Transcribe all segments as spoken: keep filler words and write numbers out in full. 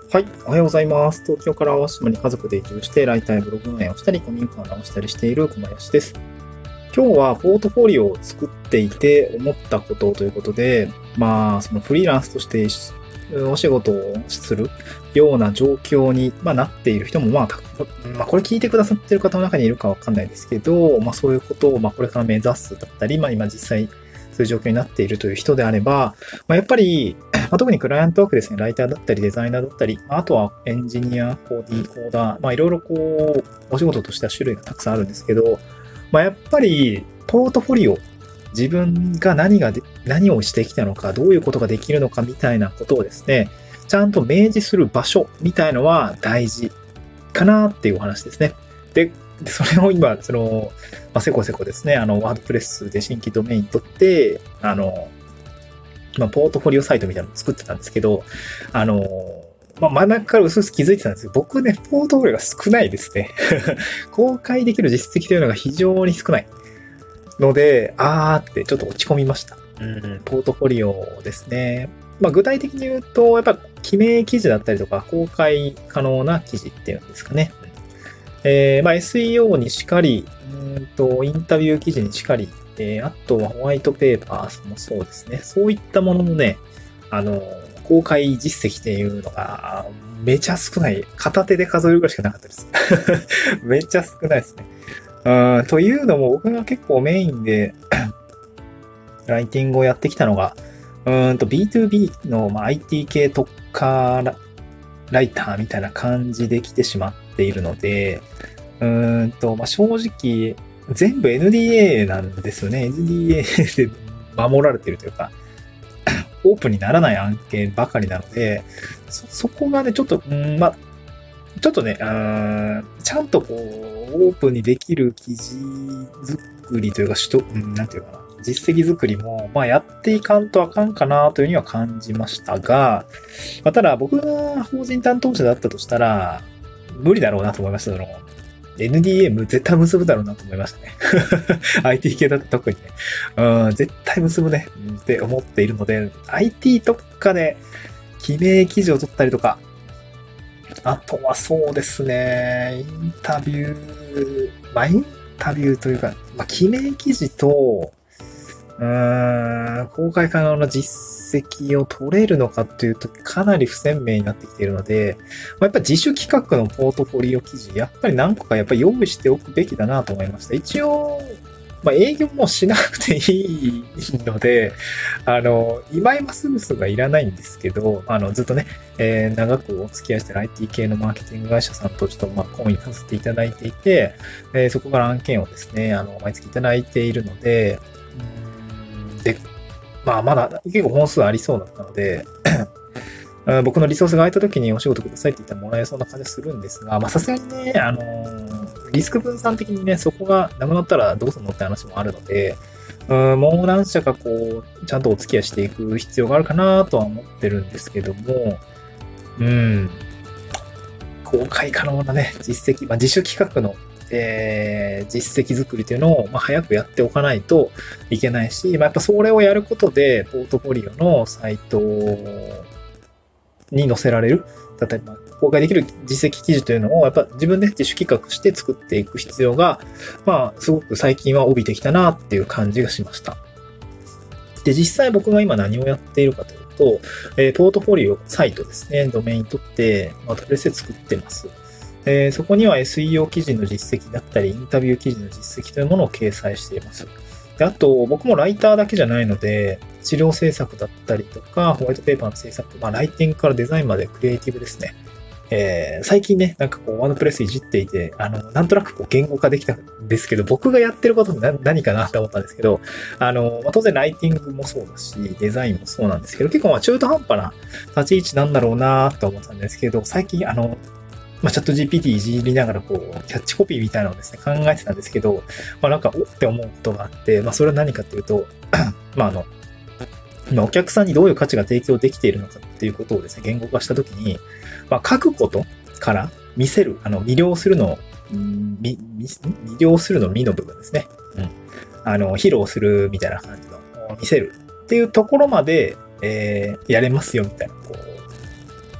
はい。おはようございます。東京から淡島に家族で移住して、ライターやブログ運営をしたり、古民家を直したりしている小林です。今日はポートフォリオを作っていて思ったことということで、まあ、そのフリーランスとしてお仕事をするような状況に、まあ、なっている人も、まあ、たまあ、これ聞いてくださっている方の中にいるかわかんないですけど、まあ、そういうことを、まあ、これから目指すだったり、まあ、今実際、そういう状況になっているという人であれば、まあ、やっぱり、まあ、特にクライアントワークですね、ライターだったりデザイナーだったり、あとはエンジニア、コーディー、コーダー、まあいろいろこう、お仕事としては種類がたくさんあるんですけど、まあやっぱり、ポートフォリオ、自分が何がで、何をしてきたのか、どういうことができるのかみたいなことをですね、ちゃんと明示する場所みたいのは大事かなっていうお話ですね。で、それを今、その、まあ、せこせこですね、あの、ワードプレスで新規ドメイン取って、あの、まあ、ポートフォリオサイトみたいなのを作ってたんですけど、あの、まあ、前々から薄々気づいてたんですけど、僕ね、ポートフォリオが少ないですね。公開できる実績というのが非常に少ないので、あーってちょっと落ち込みました。うん、ポートフォリオですね。まあ、具体的に言うと、やっぱ記名記事だったりとか、公開可能な記事っていうんですかね。えー、まあ エスイーオー にしかり、うんと、インタビュー記事にしかり、えー、あとはホワイトペーパーもそうですね。そういったもののね、あの、公開実績っていうのが、めちゃ少ない。片手で数えるぐらいしかなかったです。めちゃ少ないですね。うん、というのも、僕が結構メインでライティングをやってきたのが、うんと ビーツービー の、まあ、アイティー 系特化ライターみたいな感じで来てしまっているので、うーんと、まあ、正直、全部 エヌディーエー なんですよね。エヌディーエー で守られているというか、オープンにならない案件ばかりなので、そ、そこがね、ちょっと、んまあ、ちょっとね、あちゃんとこう、オープンにできる記事作りというか、しと、んなんていうかな、実績作りも、まあ、やっていかんとあかんかなというには感じましたが、まあ、ただ僕が法人担当者だったとしたら、無理だろうなと思いました。その エヌディーエー 絶対結ぶだろうなと思いましたね。アイティー 系だと特にね。うん、絶対結ぶね、って思っているので、アイティー とかで、記名記事を取ったりとか、あとはそうですね、インタビュー、まあ、インタビューというか、まあ、記名記事と、うーん、公開可能な実績を取れるのかというと、かなり不鮮明になってきているので、まあ、やっぱ自主企画のポートフォリオ記事、やっぱり何個かやっぱり用意しておくべきだなと思いました。一応、まあ、営業もしなくていいので、あの、今今すぐすぐはいらないんですけど、あの、ずっとね、えー、長くお付き合いしてる アイティー 系のマーケティング会社さんとちょっと、まあ、懇意させていただいていて、えー、そこから案件をですね、あの、毎月いただいているので、で、まあ、まだ結構本数ありそうだったので、僕のリソースが空いた時にお仕事くださいって言ったらもらえそうな感じするんですが、まあさすがにね、あのー、リスク分散的にね、そこがなくなったらどうするのって話もあるので、うん、もう何社かこう、ちゃんとお付き合いしていく必要があるかなとは思ってるんですけども、うん、公開可能なね、実績、まあ自主企画のえー、実績作りというのを、まあ、早くやっておかないといけないし、まあ、やっぱそれをやることで、ポートフォリオのサイトに載せられる、例えば公開できる実績記事というのを、やっぱ自分で自主企画して作っていく必要が、まあ、すごく最近は帯びてきたなっていう感じがしました。で、実際僕が今何をやっているかというと、えー、ポートフォリオサイトですね、ドメイン取って、ワードプレスで作ってます。えー、そこには エスイーオー 記事の実績だったり、インタビュー記事の実績というものを掲載しています。で、あと、僕もライターだけじゃないので、資料制作だったりとか、ホワイトペーパーの制作、まあ、ライティングからデザインまでクリエイティブですね。えー、最近ね、なんかこう、ワードプレスいじっていて、あの、なんとなくこう、言語化できたんですけど、僕がやってることって何かなって思ったんですけど、あの、まあ、当然ライティングもそうだし、デザインもそうなんですけど、結構まあ中途半端な立ち位置なんだろうなと思ったんですけど、最近あの、まあ、チャット ジーピーティー いじりながらこう、キャッチコピーみたいなのをですね、考えてたんですけど、まあなんか、おって思うことがあって、まあそれは何かっていうと、まああの、今お客さんにどういう価値が提供できているのかっていうことをですね、言語化したときに、まあ書くことから見せる、あの、魅了するの、み、み、魅了するのみの部分ですね。うん。あの、披露するみたいな感じの、見せるっていうところまで、えー、やれますよみたいな、こう、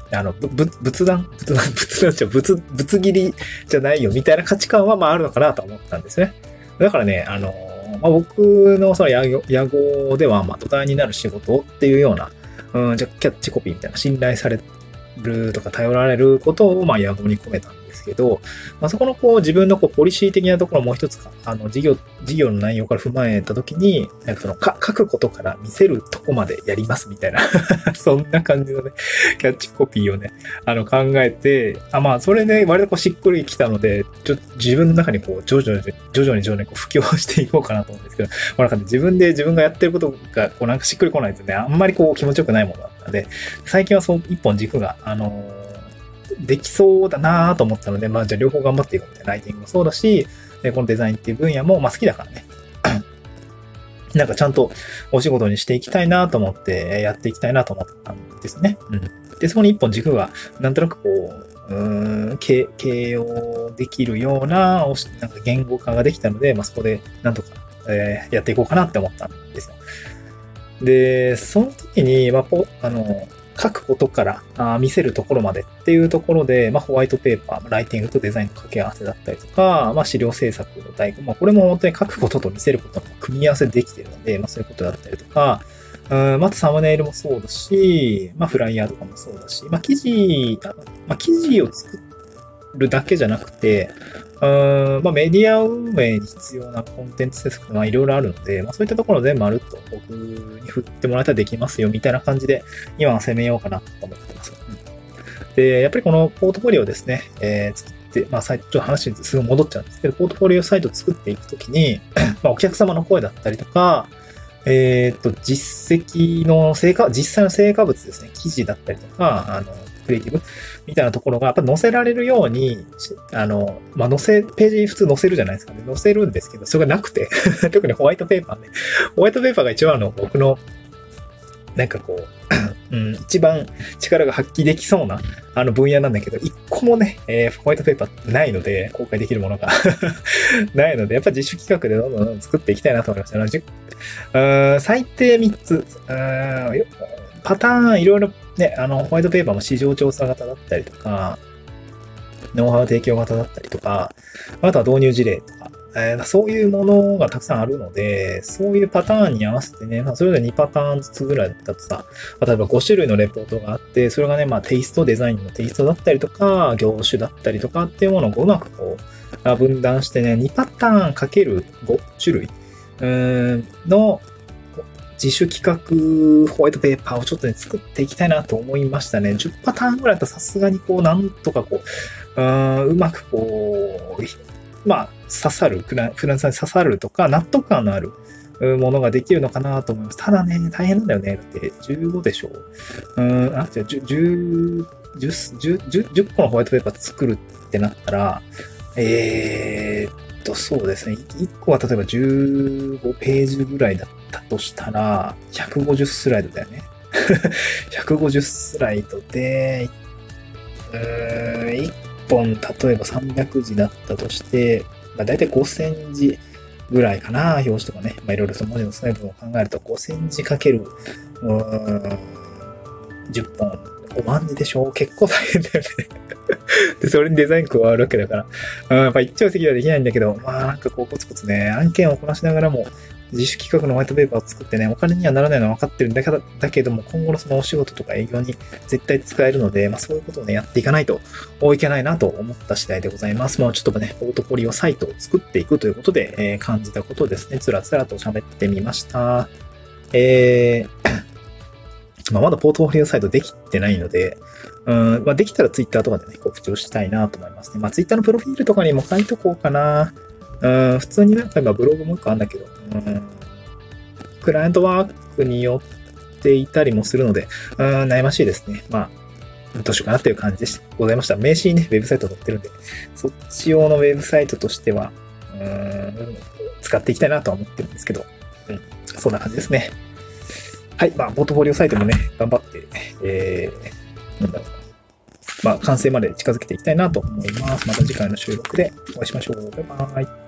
あの、ぶ、ぶ、仏壇仏壇仏壇じゃ、仏、仏切りじゃないよみたいな価値観はまああるのかなと思ったんですね。だからね、あの、まあ、僕のその野野号では、まあ土台になる仕事っていうような、うん、じゃキャッチコピーみたいな信頼されるとか頼られることを、まあ野号に込めたんですけど、まあそこのこう自分のこうポリシー的なところをもう一つか、あの事業、事業の内容から踏まえたときに、なんかそのか書くことから見せるとこまでやりますみたいな、そんな感じのね、キャッチコピーをね、あの考えて、あ、まあそれね、割とこうしっくりきたので、ちょっと自分の中にこう徐々に、徐々に徐々にこう布教していこうかなと思うんですけど、まあ、なんか自分で自分がやってることがこうなんかしっくりこないとね、あんまりこう気持ちよくないものだったので、最近はそう一本軸が、あのー、できそうだなと思ったので、まあじゃあ両方頑張っていこうみたいな。ライティングもそうだし、このデザインっていう分野もまあ好きだからね。なんかちゃんとお仕事にしていきたいなと思ってやっていきたいなと思ったんですね。うん。で、そこに一本軸がなんとなくこう、うーん、形容できるような、なんか言語化ができたので、まあそこでなんとか、えー、やっていこうかなって思ったんですよ。で、その時に、まあ、ポあの、書くことからあ見せるところまでっていうところで、まあ、ホワイトペーパー、ライティングとデザインの掛け合わせだったりとか、まあ、資料制作の代行、まあ、これも本当に書くことと見せることの組み合わせできているので、まあ、そういうことだったりとか、うん、またサムネイルもそうだし、まあ、フライヤーとかもそうだし、まあ、記事、まあ、記事を作るだけじゃなくて、うんまあ、メディア運営に必要なコンテンツ制作がいろいろあるので、まあ、そういったところでまるっと僕に振ってもらえたらできますよみたいな感じで今は攻めようかなと思ってます。で、やっぱりこのポートフォリオですね、えー、作って、まあ、サイト、ちょっと話にすぐ戻っちゃうんですけど、ポートフォリオサイトを作っていくときに、まあ、お客様の声だったりとか、えっと、実績の成果、実際の成果物ですね、記事だったりとか、あの、クリエイティブみたいなところがやっぱ載せられるように、あの、まあ、載せ、ページに普通載せるじゃないですかね。載せるんですけど、それがなくて、特にホワイトペーパーね。ホワイトペーパーが一番の僕の、なんかこう、うん、一番力が発揮できそうな、あの分野なんだけど、一個もね、えー、ホワイトペーパーってないので、公開できるものがないので、やっぱ自主企画でどんどんどんどん作っていきたいなと思いました。あ最低みっつ、パターンいろいろね、あの、ホワイトペーパーも市場調査型だったりとか、ノウハウ提供型だったりとか、あとは導入事例とか、えー、そういうものがたくさんあるので、そういうパターンに合わせてね、まあ、それぞれにパターンずつぐらいだとさ、例えばご種類のレポートがあって、それがね、まあ、テイスト、デザインのテイストだったりとか、業種だったりとかっていうものをこううまくこう、分断してね、にパターンかけるご種類の自主企画ホワイトペーパーをちょっとね、作っていきたいなと思いましたね。じゅうパターンぐらいだとさすがにこう、なんとかこう、う, うまくこう、まあ、刺さる、フランスに刺さるとか、納得感のあるものができるのかなと思います。ただね、大変なんだよね。だってじゅうごでしょ。うん、あ、じゃあじゅう、じゅう、じゅう、じゅう、じゅっこのホワイトペーパー作るってなったら、えーっと、そうですね。いっこは例えばじゅうごページぐらいだったとしたら、ひゃくごじゅうスライドだよね。ひゃくごじゅうスライドで、うーん、いっぽん、例えばさんびゃくじだったとして、まあ、だいたいごせんじぐらいかな、表紙とかね。まあ、いろいろその文字の細部を考えると、ごせんじかける、うーん、じゅっぽん、ごまんじでしょ？結構大変だよね。で、それにデザイン加わるわけだから。うん、やっぱ一朝一夕はできないんだけど、まあなんかこうコツコツね、案件をこなしながらも、自主企画のホワイトペーパーを作ってね、お金にはならないのは分かってるんだけど、だけども、今後のそのお仕事とか営業に絶対使えるので、まあそういうことをね、やっていかないといけないなと思った次第でございます。もうちょっとね、ポートフォリオサイトを作っていくということで、えー、感じたことをですね、つらつらと喋ってみました。えー、まあ、まだポートフォリオサイトできてないので、うんまあ、できたらツイッターとかでね、告知をしたいなと思いますね。まあ、ツイッターのプロフィールとかにも書いとこうかな。うん普通になんか今ブログもう一個あるんだけど、うんクライアントワークによっていたりもするので、うん悩ましいですね。まあ、どうしようかなっていう感じでございました。名刺にね、ウェブサイト載ってるんで、そっち用のウェブサイトとしては、うん使っていきたいなとは思ってるんですけど、うん、そんな感じですね。はい。まあ、ポートフォリオサイトもね、頑張って、えー、なんだろう。まあ、完成まで近づけていきたいなと思います。また次回の収録でお会いしましょう。バイバイ。